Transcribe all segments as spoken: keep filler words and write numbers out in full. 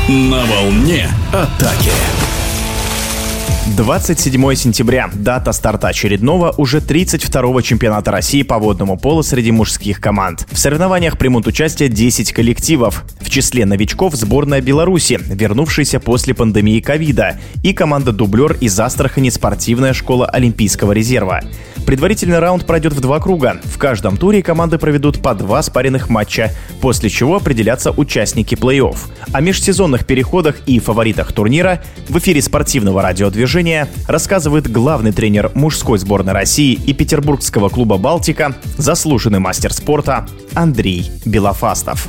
На волне атаки. двадцать седьмого сентября – дата старта очередного, уже тридцать второго чемпионата России по водному поло среди мужских команд. В соревнованиях примут участие десять коллективов. В числе новичков сборная Беларуси, вернувшаяся после пандемии ковида, и команда-дублер из Астрахани «Спортивная школа Олимпийского резерва». Предварительный раунд пройдет в два круга. В каждом туре команды проведут по два спарринных матча, после чего определятся участники плей-офф. О межсезонных переходах и фаворитах турнира в эфире спортивного радиодвижения рассказывает главный тренер мужской сборной России и петербургского клуба «Балтика», заслуженный мастер спорта Андрей Белофастов.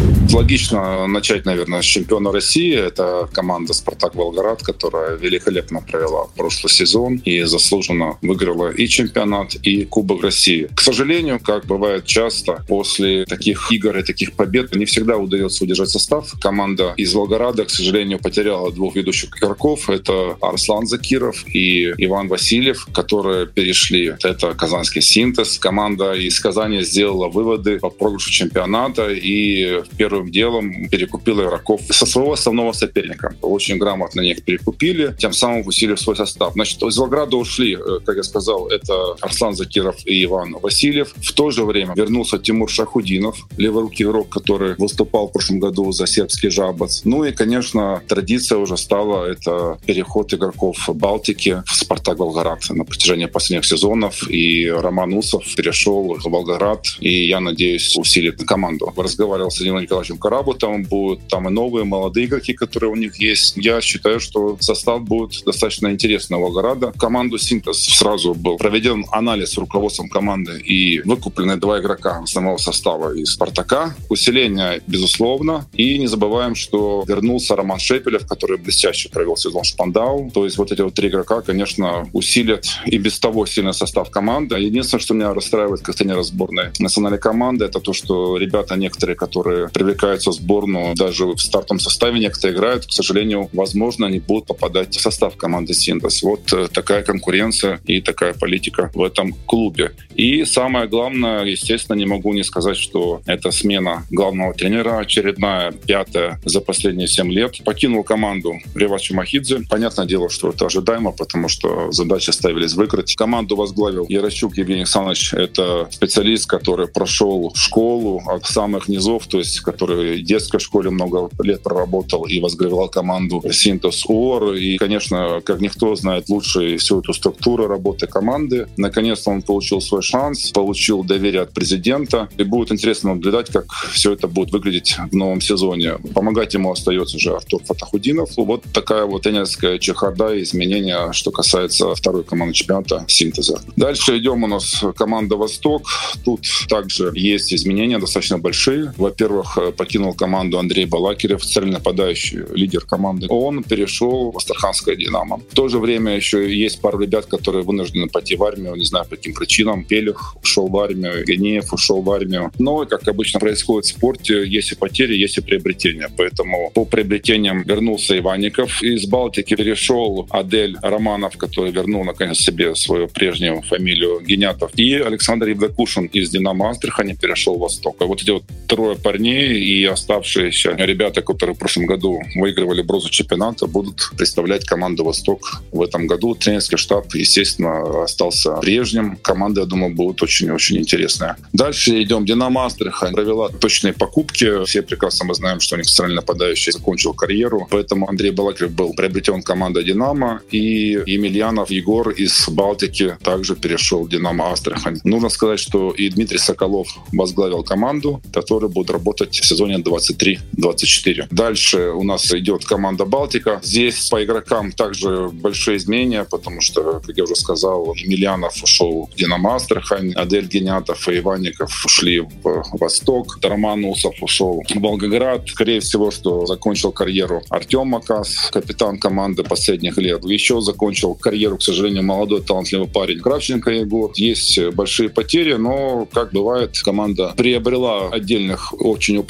Логично начать, наверное, с чемпиона России. Это команда «Спартак Волгоград», которая великолепно провела прошлый сезон и заслуженно выиграла и чемпионат, и Кубок России. К сожалению, как бывает часто, после таких игр и таких побед не всегда удается удержать состав. Команда из Волгограда, к сожалению, потеряла двух ведущих игроков. Это Арслан Закиров и Иван Васильев, которые перешли. Это казанский «Синтез». Команда из Казани сделала выводы по проигрышу чемпионата и первым делом перекупила игроков со своего основного соперника. Очень грамотно их перекупили, тем самым усилив свой состав. Значит, из Волгограда ушли, как я сказал, это Арслан Закиров и Иван Васильев. В то же время вернулся Тимур Шахудинов, леворукий игрок, который выступал в прошлом году за сербский «Жабац». Ну и, конечно, традиция уже стала, это переход игроков Балтики в «Спартак Волгоград» на протяжении последних сезонов. И Роман Усов перешел в Волгоград, и, я надеюсь, усилит команду. Разговаривал с Владимиром Николаевичем Карабутовым, будут там и новые молодые игроки, которые у них есть. Я считаю, что состав будет достаточно интересный у Волгограда. Команду «Синтез» сразу был проведен анализ руководством команды и выкуплены два игрока основного состава из «Спартака». Усиление, безусловно. И не забываем, что вернулся Роман Шепелев, который блестяще провел сезон «Шпандау». То есть вот эти вот три игрока, конечно, усилят и без того сильный состав команды. Единственное, что меня расстраивает как тренера сборной национальной команды, это то, что ребята некоторые, которые привлекаются в сборную, даже в стартовом составе некоторые играют, к сожалению, возможно, они будут попадать в состав команды «Синтез». Вот такая конкуренция и такая политика в этом клубе. И самое главное, естественно, не могу не сказать, что это смена главного тренера, очередная, пятая за последние семь лет. Покинул команду Реват Чумахидзе. Понятное дело, что это ожидаемо, потому что задачи ставились выиграть. Команду возглавил Ярощук Евгений Александрович. Это специалист, который прошел школу от самых низов, то есть который в детской школе много лет проработал и возглавлял команду «Синтез ОР». И, конечно, как никто знает лучше всю эту структуру работы команды. Наконец-то он получил свой шанс, получил доверие от президента. И будет интересно наблюдать, как все это будет выглядеть в новом сезоне. Помогать ему остается же Артур Фатахудинов. Вот такая вот тренерская чехарда и изменения, что касается второй команды чемпионата «Синтеза». Дальше идем, у нас команда «Восток». Тут также есть изменения достаточно большие. Во-первых, покинул команду Андрей Балакирев, цельный нападающий, лидер команды. Он перешел в Астраханское «Динамо». В то же время еще есть пару ребят, которые вынуждены пойти в армию, не знаю по каким причинам. Пелих ушел в армию, Генеев ушел в армию. Но, как обычно происходит в спорте, есть и потери, есть и приобретения. Поэтому по приобретениям вернулся Иванников. Из Балтики перешел Адель Романов, который вернул, наконец, себе свою прежнюю фамилию Генятов. И Александр Евдокушин из «Динамо» Астрахани перешел в «Восток». Вот эти вот трое парней и оставшиеся ребята, которые в прошлом году выигрывали бронзу чемпионата, будут представлять команду «Восток» в этом году. Тренерский штаб, естественно, остался прежним. Команда, я думаю, будет очень-очень интересная. Дальше идем. «Динамо» Астрахань провела точные покупки. Все прекрасно мы знаем, что у них центральный нападающий закончил карьеру. Поэтому Андрей Балакирев был приобретен командой «Динамо». И Емельянов Егор из Балтики также перешел в «Динамо» Астрахань. Нужно сказать, что и Дмитрий Соколов возглавил команду, которая будет работать в сезоне двадцать три двадцать четыре. Дальше у нас идет команда «Балтика». Здесь по игрокам также большие изменения, потому что, как я уже сказал, Емельянов ушел в «Динамо» Астрахань, Адель Генятов и Иванников ушли в «Восток», Роман Усов ушел в Волгоград. Скорее всего, что закончил карьеру Артем Макас, капитан команды последних лет. Еще закончил карьеру, к сожалению, молодой талантливый парень Кравченко Егор. Есть большие потери, но, как бывает, команда приобрела отдельных очень опытных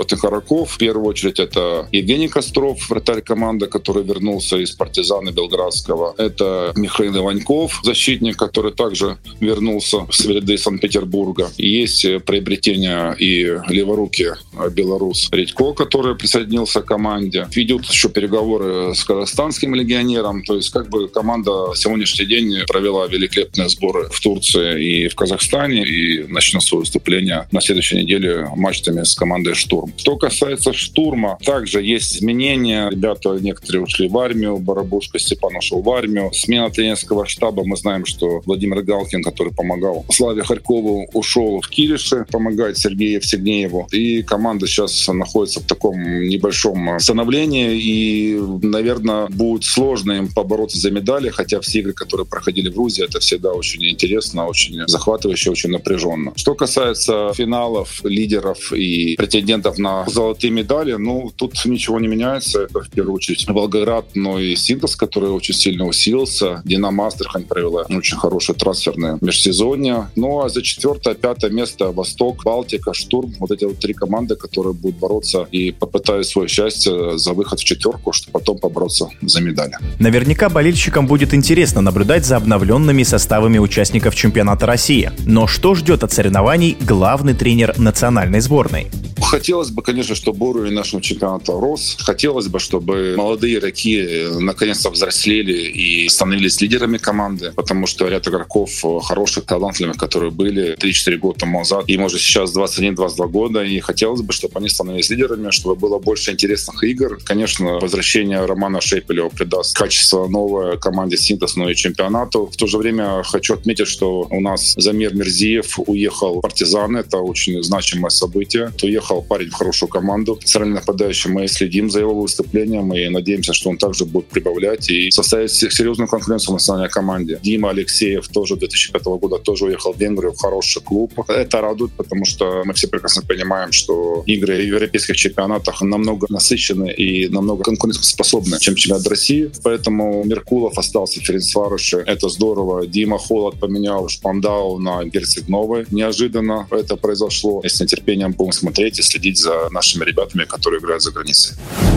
опытных игроков. В первую очередь это Евгений Костров, вратарь команды, который вернулся из «Партизана» Белградского. Это Михаил Иваньков, защитник, который также вернулся с ряды Санкт-Петербурга. Есть приобретение и леворукий белорус Редько, который присоединился к команде. Ведут еще переговоры с казахстанским легионером. То есть как бы команда сегодняшний день провела великолепные сборы в Турции и в Казахстане и начнет свое выступление на следующей неделе матчами с командой «Штурм». Что касается «Штурма», также есть изменения. Ребята некоторые ушли в армию. Барабушка Степан ушел в армию. Смена тренерского штаба. Мы знаем, что Владимир Галкин, который помогал Славе Харькову, ушел в Кириши, помогает Сергею Евсегнееву. И команда сейчас находится в таком небольшом становлении. И, наверное, будет сложно им побороться за медали, хотя все игры, которые проходили в Грузии, это всегда очень интересно, очень захватывающе, очень напряженно. Что касается финалов, лидеров и претендентов на золотые медали, ну, тут ничего не меняется. Это, в первую очередь, Волгоград, но и Синтез, который очень сильно усилился. Динамо Астрахань провела очень хорошее трансферное межсезонье. Ну, а за четвертое, пятое место Восток, Балтика, Штурм. Вот эти вот три команды, которые будут бороться и попытают свое счастье за выход в четверку, чтобы потом побороться за медали. Наверняка болельщикам будет интересно наблюдать за обновленными составами участников чемпионата России. Но что ждет от соревнований главный тренер национальной сборной? Хотелось бы, конечно, чтобы уровень нашего чемпионата рос. Хотелось бы, чтобы молодые игроки наконец-то взрослели и становились лидерами команды, потому что ряд игроков хороших, талантливых, которые были три-четыре года назад, им уже сейчас двадцать один - двадцать два года, и хотелось бы, чтобы они становились лидерами, чтобы было больше интересных игр. Конечно, возвращение Романа Шепелева придаст качество новой команде «Синтез», но и чемпионату. В то же время хочу отметить, что у нас Замир Мирзиев уехал в «Партизан». Это очень значимое событие. Уехал парень в хорошую команду. Центральный нападающий, мы следим за его выступлением и надеемся, что он также будет прибавлять и составить серьезную конкуренцию в национальной команде. Дима Алексеев тоже две тысячи пятого года тоже уехал в Венгрию в хороший клуб. Это радует, потому что мы все прекрасно понимаем, что игры в европейских чемпионатах намного насыщенные и намного конкурентоспособны, чем чемпионат России. Поэтому Меркулов остался в Ференцвароше. Это здорово. Дима Холод поменял Шпандау на Герцег-Новый. Неожиданно это произошло. И с нетерпением будем смотреть и следить за нашими ребятами, которые играют за границей.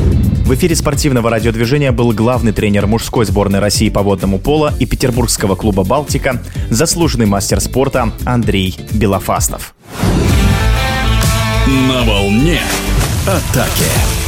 В эфире спортивного радиодвижения был главный тренер мужской сборной России по водному поло и петербургского клуба «Балтика», заслуженный мастер спорта Андрей Белофастов. На волне атаки.